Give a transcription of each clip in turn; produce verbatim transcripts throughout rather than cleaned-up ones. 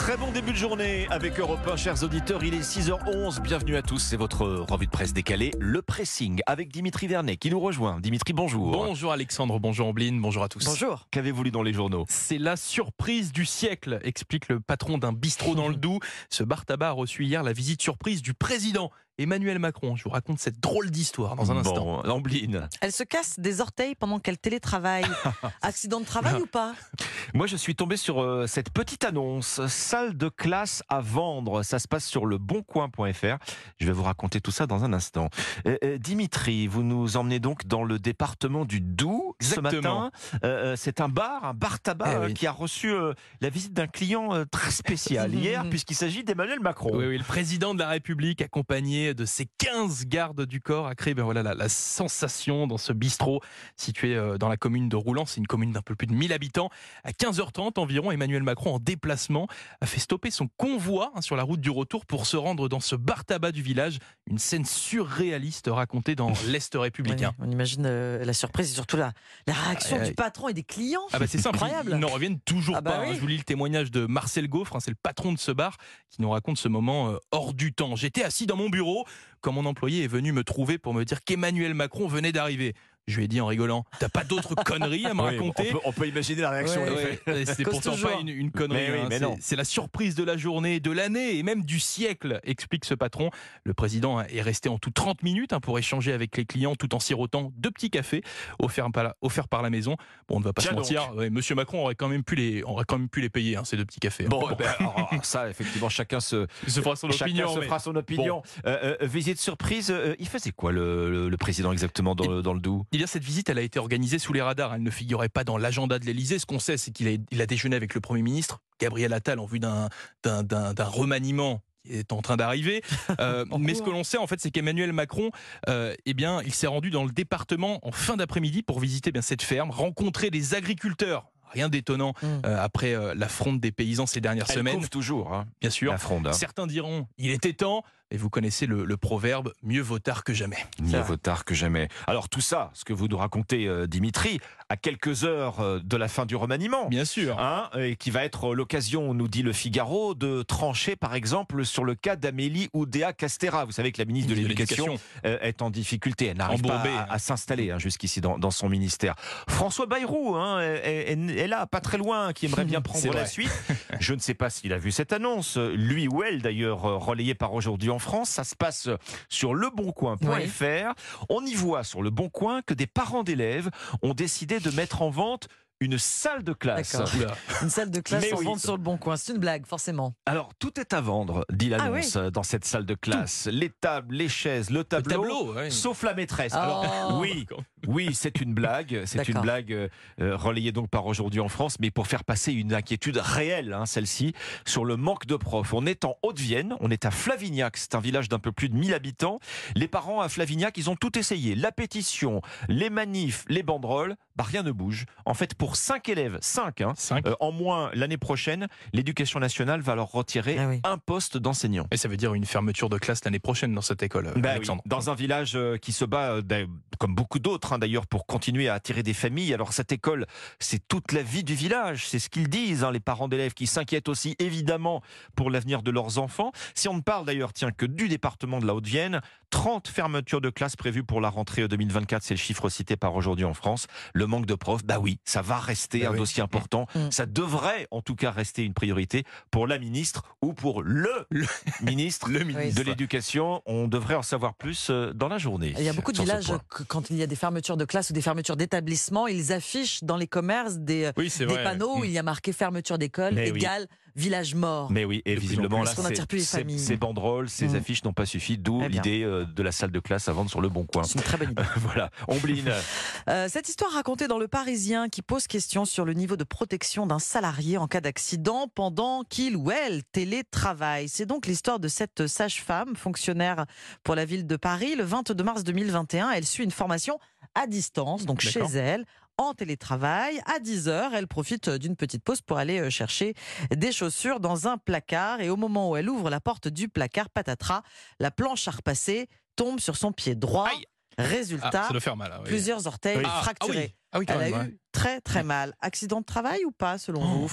Très bon début de journée avec Europe un, chers auditeurs. Il est six heures onze. Bienvenue à tous. C'est votre revue de presse décalée, le pressing, avec Dimitri Vernet qui nous rejoint. Dimitri, bonjour. Bonjour Alexandre, bonjour Ambline, bonjour à tous. Bonjour. Qu'avez-vous lu dans les journaux ? C'est la surprise du siècle, explique le patron d'un bistrot dans le Doubs. Ce bar tabac a reçu hier la visite surprise du président Emmanuel Macron. Je vous raconte cette drôle d'histoire dans un instant. Bon, Ambline. Elle se casse des orteils pendant qu'elle télétravaille. Accident de travail ou pas ? Moi, je suis tombé sur euh, cette petite annonce. Salle de classe à vendre. Ça se passe sur le boncoin point f r. Je vais vous raconter tout ça dans un instant. Euh, euh, Dimitri, vous nous emmenez donc dans le département du Doubs ce matin. Euh, c'est un bar, un bar tabac eh euh, oui. qui a reçu euh, la visite d'un client euh, très spécial hier, puisqu'il s'agit d'Emmanuel Macron. Oui, oui, le président de la République, accompagné de ses quinze gardes du corps, a créé ben voilà, la, la sensation dans ce bistrot situé euh, dans la commune de Roulan. C'est une commune d'un peu plus de mille habitants. À quinze heures trente environ, Emmanuel Macron, en déplacement, a fait stopper son convoi hein, sur la route du retour pour se rendre dans ce bar tabac du village. Une scène surréaliste racontée dans l'Est républicain. Oui, on imagine euh, la surprise et surtout la, la réaction Ah, du euh, patron et des clients. Ah bah c'est simple, Incroyable. ils, ils n'en reviennent toujours Ah bah pas. oui. hein. Je vous lis le témoignage de Marcel Gaufre, hein, c'est le patron de ce bar, qui nous raconte ce moment euh, hors du temps. J'étais assis dans mon bureau quand mon employé est venu me trouver pour me dire qu'Emmanuel Macron venait d'arriver. Je lui ai dit en rigolant, t'as pas d'autres conneries à me Oui, raconter ? on, peut, on peut imaginer la réaction. Ouais, en effet. Ouais, c'est Cause pourtant toujours. pas une, une connerie. Mais oui, hein. mais C'est- non. C'est la surprise de la journée, de l'année et même du siècle, explique ce patron. Le président est resté en tout trente minutes hein, pour échanger avec les clients tout en sirotant deux petits cafés offerts par la, offerts par la maison. Bon, on ne va pas Tiens se mentir, donc. ouais, Monsieur Macron aurait quand même pu les, aurait quand même pu les payer, hein, ces deux petits cafés. hein. Bon, ben, alors, alors, ça, effectivement, chacun se, Il se fera son chacun opinion. se mais- fera son opinion. Euh, euh, visite surprise, euh, il faisait quoi le, le, le président exactement dans, le, dans le Doubs ? Eh bien, cette visite, elle a été organisée sous les radars. Elle ne figurait pas dans l'agenda de l'Élysée. Ce qu'on sait, c'est qu'il a, il a déjeuné avec le Premier ministre, Gabriel Attal, en vue d'un, d'un, d'un, d'un remaniement qui est en train d'arriver. Euh, mais ce que l'on sait, en fait, c'est qu'Emmanuel Macron, euh, eh bien, il s'est rendu dans le département en fin d'après-midi pour visiter eh bien, cette ferme, rencontrer des agriculteurs. Rien d'étonnant Mm. euh, après euh, la fronde des paysans ces dernières Elle semaines. couvre toujours, hein, Bien sûr. la fronde. Hein. Certains diront, il était temps. Et vous connaissez le, le proverbe, mieux vaut tard que jamais. Mieux vaut tard que jamais. Alors tout ça, ce que vous nous racontez, euh, Dimitri, à quelques heures euh, de la fin du remaniement, Bien sûr. hein, et qui va être l'occasion, nous dit le Figaro, de trancher par exemple sur le cas d'Amélie Oudéa-Castéra. Vous savez que la ministre de l'Éducation euh, est en difficulté, elle n'arrive pas Embourbée. à, à s'installer hein, jusqu'ici dans, dans son ministère. François Bayrou hein, est, est- est là, pas très loin, qui aimerait bien C'est prendre la vrai. suite. Je ne sais pas s'il a vu cette annonce, lui ou elle d'ailleurs, euh, relayée par Aujourd'hui en France. Ça se passe sur le boncoin point f r. On y voit sur le Boncoin que des parents d'élèves ont décidé de mettre en vente une salle de classe. D'accord. Oula. Une salle de classe Mais en oui. vente sur le bon coin. C'est une blague, forcément. Alors, tout est à vendre, dit l'annonce, Ah dans cette salle de classe. Les tables, les chaises, le Le tableau, tableau, ouais. sauf la maîtresse. Oh. Alors, oui, oui, c'est une blague. C'est une D'accord. blague euh, euh, relayée donc par Aujourd'hui en France, mais pour faire passer une inquiétude réelle, hein, celle-ci, sur le manque de profs. On est en Haute-Vienne, on est à Flavignac, c'est un village d'un peu plus de mille habitants. Les parents à Flavignac, ils ont tout essayé. La pétition, les manifs, les banderoles, bah rien ne bouge. En fait, pour cinq élèves, cinq, hein, Cinq. euh, en moins l'année prochaine, l'éducation nationale va leur retirer Ah oui. un poste d'enseignant. Et ça veut dire une fermeture de classe l'année prochaine dans cette école, Bah oui, Alexandre. dans un village euh, qui se bat, euh, d'un- comme beaucoup d'autres hein, d'ailleurs, pour continuer à attirer des familles. Alors cette école, c'est toute la vie du village, c'est ce qu'ils disent, hein, les parents d'élèves qui s'inquiètent aussi évidemment pour l'avenir de leurs enfants. Si on ne parle d'ailleurs tiens, que du département de la Haute-Vienne, trente fermetures de classes prévues pour la rentrée deux mille vingt-quatre, c'est le chiffre cité par Aujourd'hui en France. Le manque de profs, bah oui, ça va rester Bah un oui. dossier important. Mm. Ça devrait en tout cas rester une priorité pour la ministre ou pour le, Le- ministre Le Oui. ministre. de l'éducation. On devrait en savoir plus euh, dans la journée. Il y a beaucoup de sur ce villages, point. que, quand il y a des fermetures de classe ou des fermetures d'établissements, ils affichent dans les commerces des, Oui, c'est des vrai. panneaux où Mm. il y a marqué fermeture d'école Mais oui. égale village mort. Mais oui, et De plus en visiblement, plus. là, Parce qu'on c'est- n'attire plus les ces, familles. ces banderoles, ces Mm. affiches n'ont pas suffi, d'où Très bien. l'idée euh, de la salle de classe à vendre sur le Boncoin. C'est une très bonne idée. Voilà, Ombline. Euh, cette histoire racontée dans Le Parisien qui pose question sur le niveau de protection d'un salarié en cas d'accident pendant qu'il ou elle télétravaille. C'est donc l'histoire de cette sage-femme, fonctionnaire pour la ville de Paris. Le vingt-deux mars deux mille vingt et un, elle suit une formation à distance, donc chez D'accord. elle, en télétravail. À dix heures, elle profite d'une petite pause pour aller chercher des chaussures dans un placard. Et au moment où elle ouvre la porte du placard, patatras, la planche à repasser tombe sur son pied droit. Aïe. Résultat, Ah, ça doit faire mal. ah oui. plusieurs orteils Oui. Ah, fracturés. Ah oui, ah oui quand Elle même. a ouais. eu très très mal. Accident de travail ou pas selon Oh. vous ?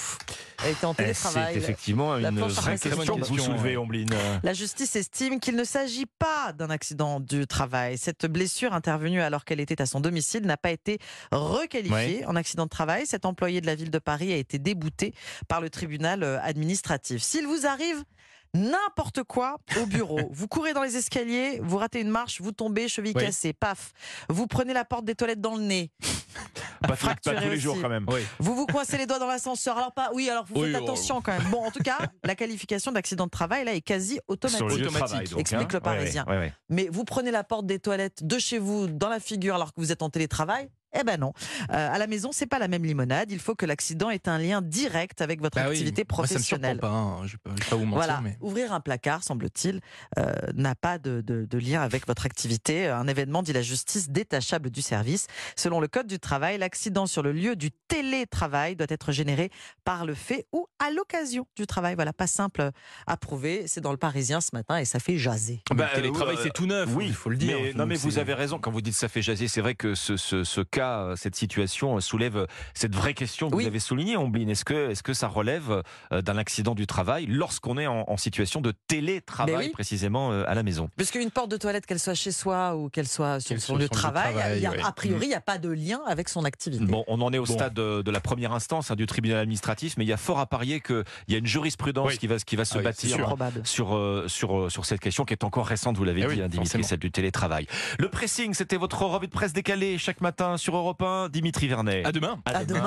était en télétravail. C'est effectivement La une planche vraie à question que vous soulevez, Ombline. La justice estime qu'il ne s'agit pas d'un accident du travail. Cette blessure intervenue alors qu'elle était à son domicile n'a pas été requalifiée Ouais. en accident de travail. Cet employé de la ville de Paris a été débouté par le tribunal administratif. S'il vous arrive n'importe quoi au bureau, vous courez dans les escaliers, vous ratez une marche, vous tombez, cheville Oui. cassée, paf, vous prenez la porte des toilettes dans le nez, Pas, tous- pas fracturé tous les jours aussi. quand même. Oui. vous vous coincez les doigts dans l'ascenseur. Alors pas, oui, alors vous Oui, faites oh. attention quand même. Bon, en tout cas, la qualification d'accident de travail là est quasi automatique. Sur le lieu de Automatique. travail, donc, Explique hein. le Parisien. Ouais, ouais, ouais. Mais vous prenez la porte des toilettes de chez vous dans la figure alors que vous êtes en télétravail. Eh ben non. Euh, à la maison, c'est pas la même limonade. Il faut que l'accident ait un lien direct avec votre Bah oui, activité moi, ça me professionnelle. surprend pas, hein. je ne vais pas vous mentir. Voilà, Mais... ouvrir un placard, semble-t-il, euh, n'a pas de, de- de lien avec votre activité. Un événement, dit la justice, détachable du service. Selon le Code du travail, l'accident sur le lieu du télétravail doit être généré par le fait ou à l'occasion du travail. Voilà, pas simple à prouver. C'est dans le Parisien ce matin et ça fait jaser. Bah, Bah, le télétravail, euh, c'est tout neuf, Oui, il faut le dire. Mais, Donc, non, mais vous c'est- avez raison quand vous dites ça fait jaser. C'est vrai que ce, ce, ce cas, cette situation soulève cette vraie question que Oui. vous avez soulignée, Ombline. Est-ce que, est-ce que ça relève euh, d'un accident du travail lorsqu'on est en, en situation de télétravail, Mais oui. précisément euh, à la maison? Parce qu'une porte de toilette, qu'elle soit chez soi ou qu'elle soit sur Qu'elle son soit lieu de sur le lieu de travail, travail, il y a- ouais. a priori, il n'y a pas de lien avec son activité. Bon, on en est au Bon. stade de, de la première instance hein, du tribunal administratif, mais il y a fort à parier qu'il y a une jurisprudence Oui. qui va, qui va se Ah oui, c'est bâtir C'est sûr. probable. sur, euh, sur, euh, sur cette question qui est encore récente, vous l'avez Eh dit, oui, hein, Dimitri, forcément. celle du télétravail. Le pressing, c'était votre revue de presse décalée chaque matin sur Europe un. Dimitri Vernet. À demain. À demain.